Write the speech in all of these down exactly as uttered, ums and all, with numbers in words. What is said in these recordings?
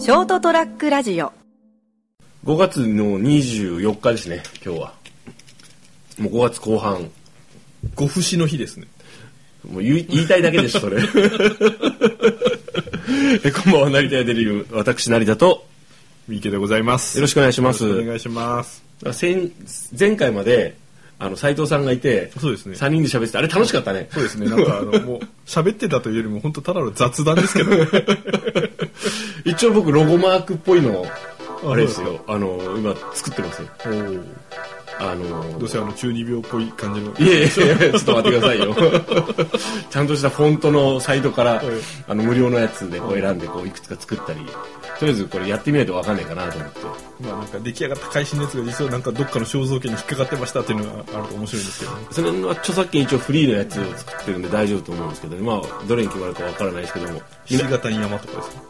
ショートトラックラジオごがつのにじゅうよっかですね。今日はもうごがつこう半、 ご節の日ですね。 もう言い、言いたいだけですそれえこんばんは、成田屋デリル、私成田と三池でございます。 よろしくお願いします。 よろしくお願いします。 先前回まであの斉藤さんがいて、 そうですね、 さんにんで喋ってて、あれ楽しかったね。 そうですね、なんかあのもう喋ってたというよりも本当ただの雑談ですけど、ね、 一応僕ロゴマークっぽいのあれですよ、あの今作ってますよ。おあのどうせあの中二病っぽい感じの。 いやいやいや、ちょっと待ってくださいよちゃんとしたフォントのサイトから、はい、あの無料のやつでこう選んでこういくつか作ったり、とりあえずこれやってみないと分かんないかなと思って、 まあなんか出来上がった会心のやつが実はなんかどっかの肖像権に引っかかってましたっていうのがあると面白いんですけど、ね、 それは著作権一応フリーのやつを作ってるんで大丈夫と思うんですけど、ね、まあどれに決まるか分からないですけども、 ひし形に山とかですか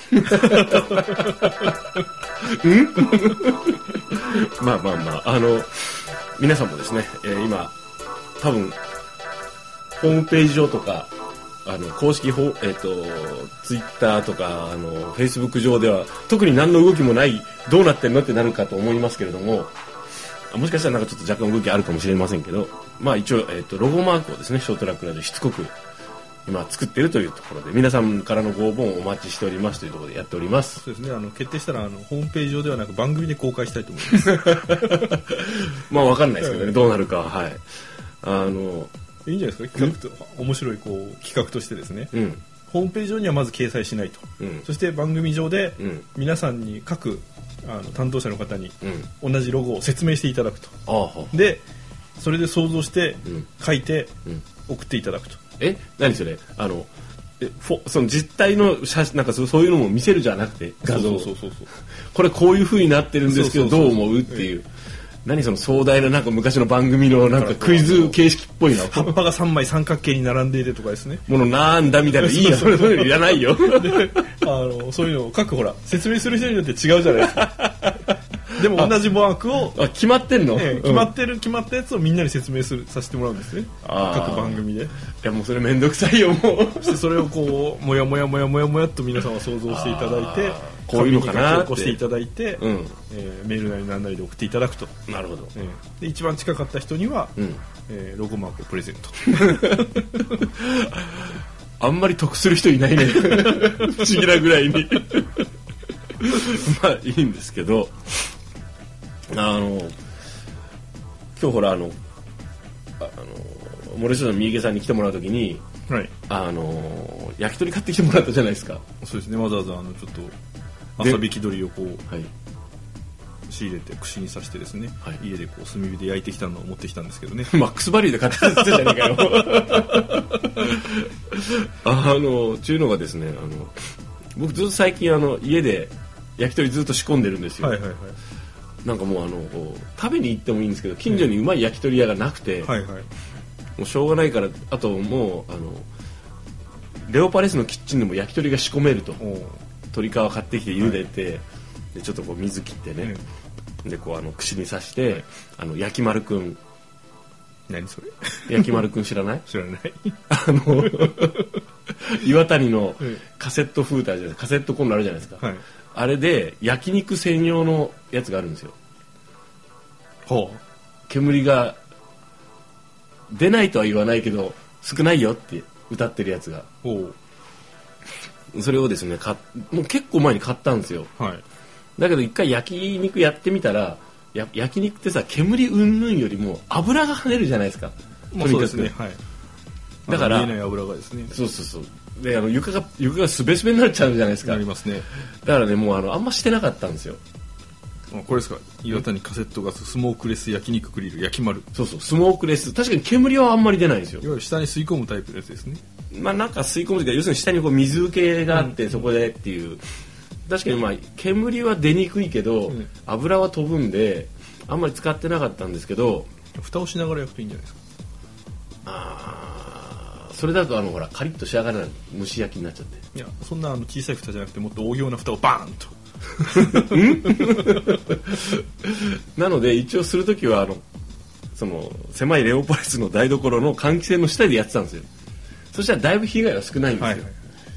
うんまあまあまあ、あの皆さんもですね、えー、今多分ホームページ上とかあの公式ホ、えー、とツイッターとかあのフェイスブック上では特に何の動きもない、どうなってんのってなるかと思いますけれども、もしかしたらなんかちょっと若干動きあるかもしれませんけど、まあ一応、えー、とロゴマークをですね、ショートラックラジオしつこく今作っているというところで、皆さんからのご応募をお待ちしておりますというところでやっております。 そうですね、あの決定したらあのホームページ上ではなく番組で公開したいと思いますまあ分かんないですけどね、どうなるかは。はい、あのいいんじゃないですか、企画と面白いこう企画としてですね、うん、ホームページ上にはまず掲載しないと、うん、そして番組上で皆さんに各あの担当者の方に同じロゴを説明していただくと、うん、でそれで想像して書いて送っていただくと、 うん、え何それ、あのえフォその実体の写真なんかそういうのも見せるじゃなくて、画像、そうそうそうそう、これこういう風になってるんですけどどう思うっていう、何その壮大ななんか昔の番組のなんかクイズ形式っぽいな、 葉っぱがさんまい三角形に並んでいてとかですね、 ものなんだみたいな、いいやそれそれいらないよであのそういうのを各ほら説明する人によって違うじゃないですかでも同じマークをあ決まってんの、 ええ、決まってる、うん、決まったやつをみんなに説明するさせてもらうんですね、各番組で。いやもうそれめんどくさいよもうそしてそれをこうもやもやもやもやもやっと皆さんは想像していただいて、 こういうのかなって書き起こしていただいて、うん、えー、メールなりなんなりで送っていただくと。 なるほど、えー、で一番近かった人には、うん、えー、ロゴマークをプレゼントあんまり得する人いないね不思議なぐらいにまあいいんですけど、あの今日ほらあのあのモレスの三池さんに来てもらうときに、はい、あの焼き鳥買ってきてもらったじゃないですか。 そうですね、わざわざあのちょっと朝引き鶏をこう、はい、仕入れて串に刺してですね、はい、家でこう炭火で焼いてきたのを持ってきたんですけどねマックスバリューで買ってきたじゃねえかよあのちゅうのがですね、あの僕ずっと最近あの家で焼き鳥ずっと仕込んでるんですよ。はいはいはい、なんかもうあのこう食べに行ってもいいんですけど、近所にうまい焼き鳥屋がなくて、はいはい、もうしょうがないから、あともうあのレオパレスのキッチンでも焼き鳥が仕込めると、鶏皮買ってきて茹でて、はい、でちょっとこう水切ってね、うん、でこうあの串に刺して、はい、あの焼き丸くん、 何それ焼き丸くん知らない知らないあの岩谷のカセット封筒じゃないですか、カセットコンロあるじゃないですか、はい、あれで焼肉専用のやつがあるんですよ。ほう、煙が出ないとは言わないけど少ないよって歌ってるやつが、ほう、それをですねかもう結構前に買ったんですよ、はい、だけど一回焼肉やってみたら、や焼肉ってさ、煙うんぬんよりも油が跳ねるじゃないですか。 まあ、そうですね、はい、 だから見えない油がですね、 そうそうそう、であの床が床がすべすべになっちゃうじゃないですか。 なりますね。 だからね、もうあのあんましてなかったんですよ。 これですか、岩谷カセットガススモークレス焼肉グリル焼き丸。 そうそう、スモークレス、確かに煙はあんまり出ないんですよ。 いわゆる下に吸い込むタイプのやつですね。 まあなんか吸い込むというか、要するに下にこう水受けがあって、うん、そこでっていう、確かにまあ煙は出にくいけど、うん、油は飛ぶんであんまり使ってなかったんですけど、 蓋をしながら焼くといいんじゃないですか。 あ、それだとあのほらカリッと仕上がらない、蒸し焼きになっちゃって。 いや、そんなあの小さい蓋じゃなくて、もっと大量な蓋をバーンとなので一応するときはあのその狭いレオパレスの台所の換気扇の下でやってたんですよ。そしたらだいぶ被害は少ないんですよ、はいはい、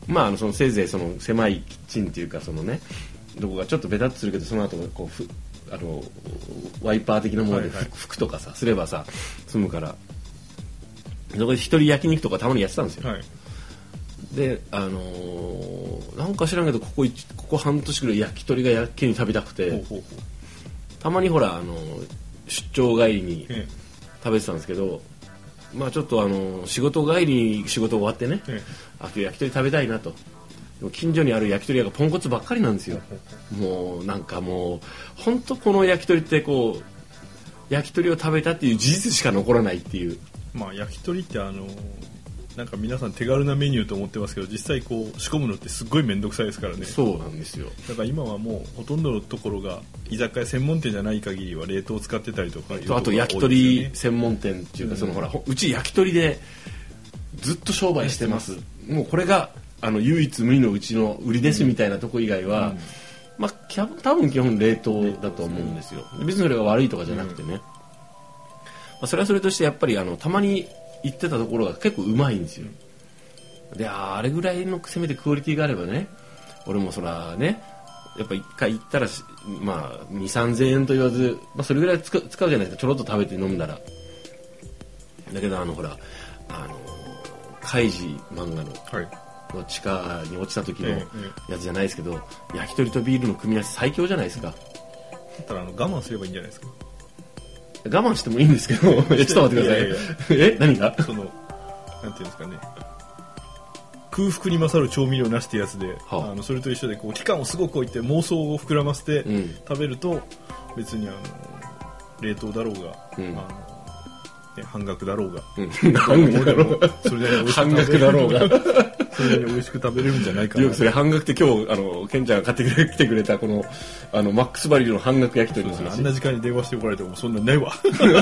まあ、あのそのせいぜいその狭いキッチンっていうかそのねどこがちょっとベタっとするけどその後こうふあのワイパー的なもので拭くとかさすればさ済むからそこで一人焼肉とかたまにやってたんですよ、はい、であのー、なんか知らんけどここここ半年ぐらい焼き鳥がやけに食べたくてほうほうほうたまにほらあの出張帰りに食べてたんですけど、まあちょっとあの仕事帰りに仕事終わってね、あと焼き鳥食べたいなと。近所にある焼き鳥屋がポンコツばっかりなんですよ。もうなんかもう本当この焼き鳥ってこう焼き鳥を食べたっていう事実しか残らないっていう。 まあ焼き鳥ってあのなんか皆さん手軽なメニューと思ってますけど実際こう仕込むのってすごい面倒くさいですからね。 そうなんですよ。 だから今はもうほとんどのところが居酒屋専門店じゃない限りは冷凍を使ってたりとか、 あと焼き鳥専門店っていうか、うん、そのほらうち焼き鳥でずっと商売してます。もうこれがあの唯一無二のうちの売りですみたいなとこ以外は、うん、まあ多分基本冷凍だと思うんですよ。別にそれが悪いとかじゃなくてね。うん、まあ、それはそれとしてやっぱりあのたまに行ってたところが結構うまいんですよ。であれぐらいのせめてクオリティがあればね俺もそらねやっぱ一回行ったらまあにさんぜんえんと言わず、まあ、それぐらい使うじゃないですかちょろっと食べて飲んだら。だけどあのほらあのカイジ漫画の、はいの地下に落ちた時のやつじゃないですけど、ええ、焼き鳥とビールの組み合わせ最強じゃないですか。だったらあの我慢すればいいんじゃないですか。 我慢してもいいんですけどちょっと待ってください。いやいやえ何がそのなんていうんですかね空腹に勝る調味料なしってやつで、はあ、あのそれと一緒でこう期間をすごく置いて妄想を膨らませて食べると、うん、別にあの冷凍だろうが、うん、あのね、半額だろうが、うん、半額だろうがそれで半額だろうがそれで美味しく食べれるんじゃないかな。 よくそれ半額って今日あのケンちゃんが買ってくれ来てくれたこのあのマックスバリューの半額焼き鳥の話。 あんな時間に電話してこられてもそんなないわ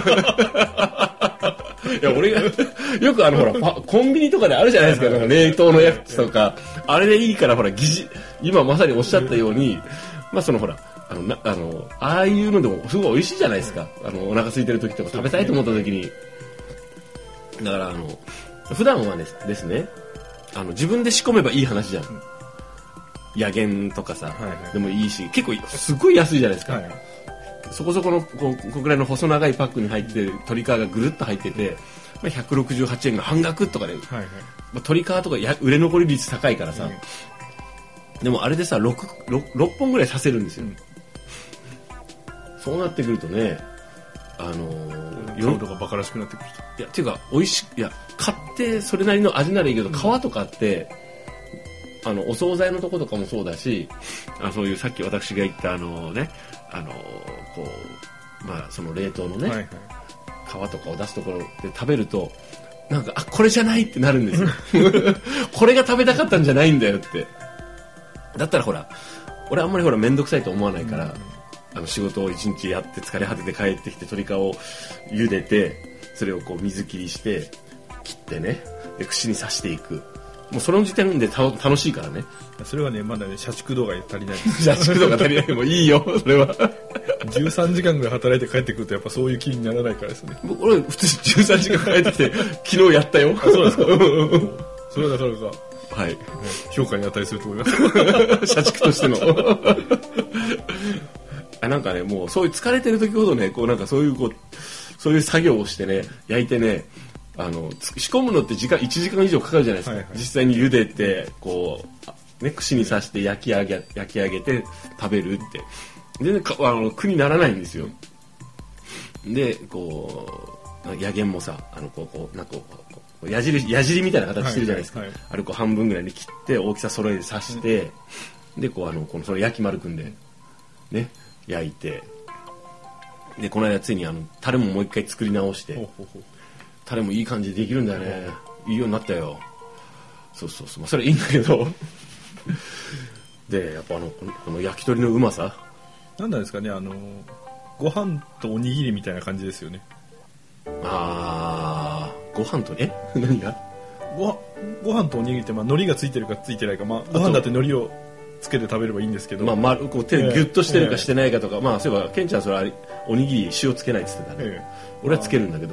いや俺がよくあのほらコンビニとかであるじゃないですか、なんか冷凍のやつとかあれでいいからほら疑似今まさにおっしゃったようにまあそのほらあのなあのああいうのでもすごい美味しいじゃないですか。あのお腹空いてる時とか食べたいと思った時にだからあの普段はですですねあの自分で仕込めばいい話じゃん。野源とかさ、はいはい、でもいいし結構すごい安いじゃないですか、はい、そこそこのこうこぐらいの細長いパックに入って鶏皮がぐるっと入ってて、まあ、ひゃくろくじゅうはちえんが半額とかで、はいはい、まあ、鶏皮とかや売れ残り率高いからさ、うん、でもあれでさ 6, 6, ろっぽんぐらいさせるんですよ、うん、そうなってくるとねあのー、 ヨーロがバカらしくなってくるといやっていうか美味しいや買ってそれなりの味ならいいけど、うん、皮とかってあのお惣菜のとことかもそうだしあそういうさっき私が言ったあのねあのこうまあその冷凍のね、はいはい、皮とかを出すところで食べるとなんかあこれじゃないってなるんですよこれが食べたかったんじゃないんだよってだったらほら俺あんまりほら面倒くさいと思わないから、うん、あの仕事を一日やって疲れ果てて帰ってきて鶏皮を茹でてそれをこう水切りして切ってねで串に刺していくもうその時点でた楽しいからね。 それはねまだね社畜度が足りないです社畜度が足りないでもいいよそれはじゅうさんじかんぐらい働いて帰ってくるとやっぱそういう気にならないからですね。 俺普通じゅうさんじかん帰ってきて昨日やったよ。 あそうですかそれはなかなかはい評価に値すると思います社畜としてのあなんかねもうそういう疲れてる時ほどねこうなんかそういうこうそういう作業をしてね焼いてねあの仕込むのって時間いちじかん以上かかるじゃないですか、はいはい、実際に茹でてこう、ね、串に刺して焼き上げ焼き上げて食べるって全然かあの苦にならないんですよ。でこう野源もさあのこうこうなんかこう矢印矢尻みたいな形してるじゃないですか、はいはいはい、あれこう半分ぐらいに切って大きさ揃えて刺して、うん、でこうあのこのその焼き丸くんでね焼いてでこの間ついにあのタレももう一回作り直してほうほうほうタレもいい感じでできるんだよね。いいようになったよ。そうそうそう、まあ、それいいんだけどでやっぱあのこの焼き鳥のうまさなんなんですかねあのご飯とおにぎりみたいな感じですよね。 あーご飯とね何がご, ご飯とおにぎりって、まあ、海苔がついてるかついてないか、まあ、ご飯だって海苔をつけて食べればいいんですけど、 まあ、まこう手ギュッとしてるかしてないかとか、えー、まあそういえばケンちゃんそれおにぎり塩つけないって言ってたね、えー、俺はつけるんだけど、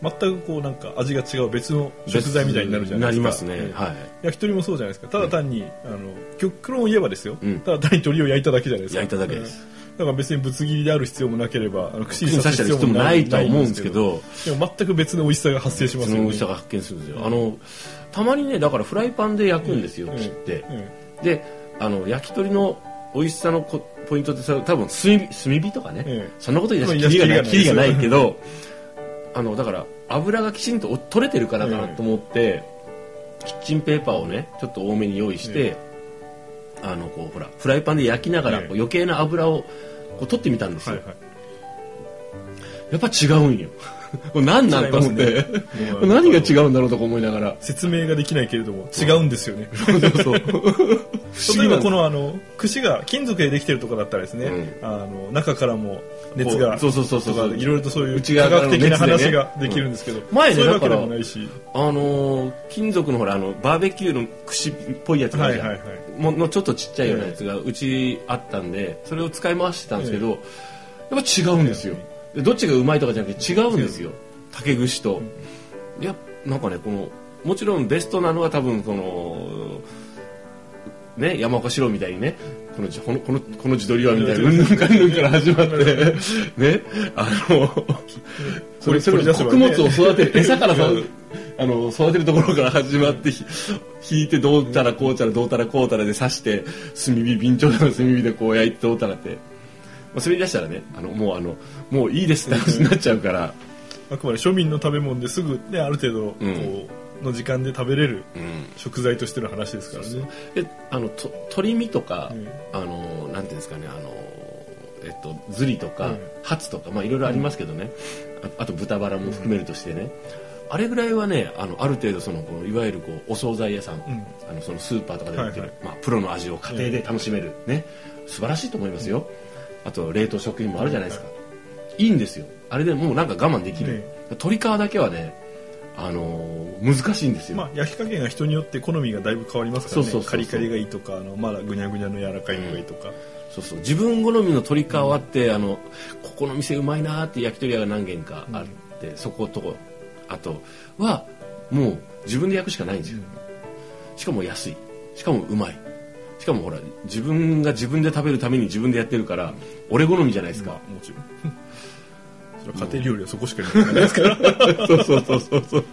全くこうなんか味が違う別の食材みたいになるじゃないですか。 なりますね、はい、 焼き鳥もそうじゃないですか。ただ単に、うん、あの極論を言えばですよ、うん、ただ単に鳥を焼いただけじゃないですか。 焼いただけです、 うん、だから別にぶつ切りである必要もなければあの串に刺した必要もないと思うんですけど、 でも全く別の美味しさが発生しますよね。 美味しさが発見するんですよ、うん、あのたまにねだからフライパンで焼くんですよ、うん、切って、うん、であの焼き鳥の美味しさのポイントって多分炭火、炭火とかね、うん、そんなこと言い出したらキリがない、キリがないけどあのだから油がきちんと取れてるからかなと思って、うん、キッチンペーパーをねちょっと多めに用意して、うん、あのこうほらフライパンで焼きながら、うん、余計な油をこう取ってみたんですよ、はいはい、やっぱ違うんよこれ何なんと思って、ね、何が違うんだろうとか思いながら説明ができないけれども違うんですよね。 そうそう例えばこのあの串が金属でできてるところだったらですね、うん、あの中からも熱がそうそうそうそういろいろとそういう科学的な話ができるんですけど、 うん、前ねだからあのー、金属のほらあのバーベキューの串っぽいやつがあるじゃん、はいはいはい、ものちょっとちっちゃいようなやつがうちあったんでそれを使い回してたんですけど、えー、やっぱ違うんですよ。どっちがうまいとかじゃなくて違うんですよ、竹串と。いやなんかねこのもちろんベストなのは多分このね山岡四郎みたいにねこのこのこのこの地鶏はみたいなうんぬんかんぬんから始まってねあのそれそれ穀物を育てる餌からさあの育てるところから始まって引いてどうたらこうたらどうたらこうたらで刺して炭火備長炭の炭火でこう焼いてどうたらって。まあ、それ出したらねあのもうあのもういいですって話になっちゃうからあくまで庶民の食べ物ですぐ、ね、ある程度こう、うん、の時間で食べれる食材としての話ですからね。そうそうであのと鶏身とか、うん、あのなんていうんですかねあの、えっと、ズリとか、うん、ハツとか、まあ、いろいろありますけどね、うん、あ, あと豚バラも含めるとしてね、うん、あれぐらいはねあのある程度そのこのいわゆるこうお惣菜屋さん、うん、あのそのスーパーとかで売ってる、はいはいまあ、プロの味を家庭で楽しめる、うん、ね素晴らしいと思いますよ。うんあと冷凍食品もあるじゃないですか、はい、いいんですよあれでもうなんか我慢できる、ね、鶏皮だけはね、あのー、難しいんですよ、 まあ、焼き加減が人によって好みがだいぶ変わりますからね。そうそうそうそうカリカリがいいとかあのまだぐにゃぐにゃの柔らかいのがいいとか、うん、 そうそう自分好みの鶏皮あって、うん、あのここの店うまいなって焼き鳥屋が何軒かあって、うん、そことあとはもう自分で焼くしかないんですよ、うん、しかも安いしかもうまいしかもほら自分が自分で食べるために自分でやってるから、うん、俺好みじゃないですか、まあ、もちろんそれは家庭料理はそこしかないですからそうそうそうそうそう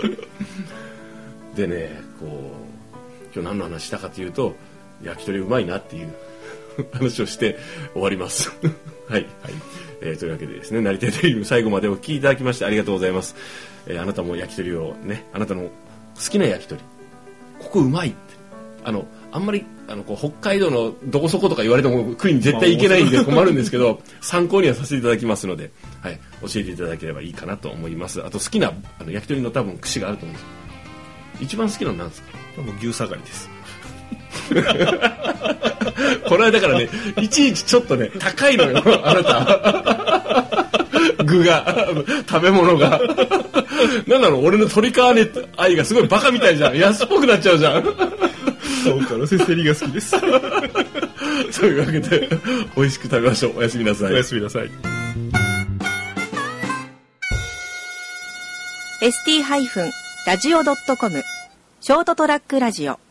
でねこう今日何の話したかというと焼き鳥うまいなっていう話をして終わりますはい、はいえー、というわけでですね成田テレビ最後までお聞きいただきましてありがとうございます、えー、あなたも焼き鳥をねあなたの好きな焼き鳥ここうまいってあのあんまりあのこう北海道のどこそことか言われても食いに絶対行けないんで困るんですけど参考にはさせていただきますので、はい、教えていただければいいかなと思います。あと好きなあの焼き鳥の多分串があると思うんですよ。一番好きなのなんですか？ 多分牛下がりですこの間からねいちいちちょっとね高いのよあなた具が食べ物がなんだろう俺の鶏皮ね愛がすごいバカみたいじゃん安っぽくなっちゃうじゃんそうからせせりが好きですそういうわけで美味しく食べましょう。おやすみなさい。 おやすみなさい。 エスティー ラジオ ドットコム ショートトラックラジオ